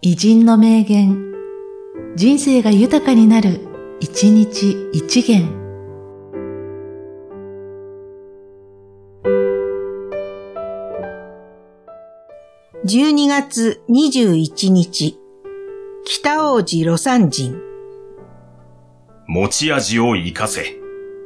偉人の名言、人生が豊かになる、一日一元。 12月21日、北大路魯山人。 持ち味を生かせ。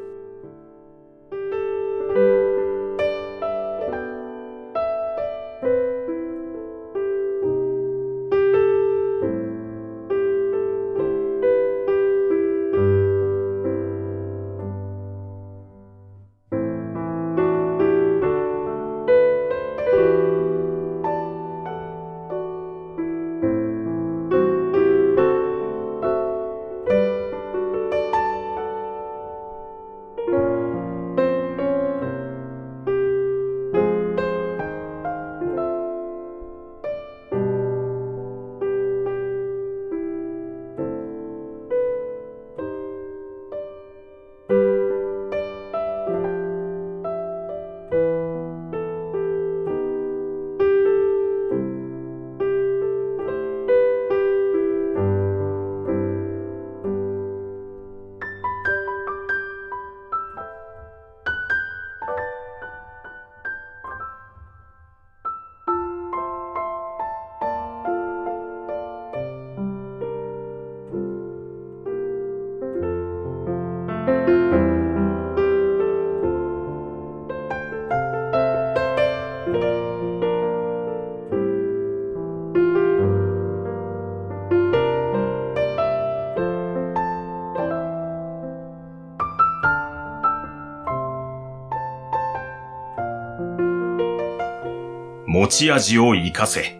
持ち味を生かせ。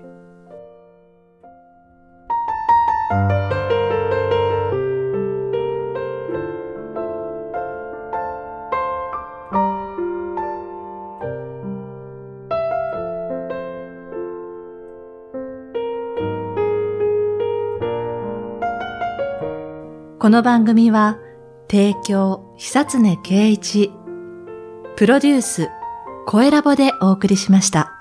この番組は、提供、久常圭一、プロデュース、声ラボでお送りしました。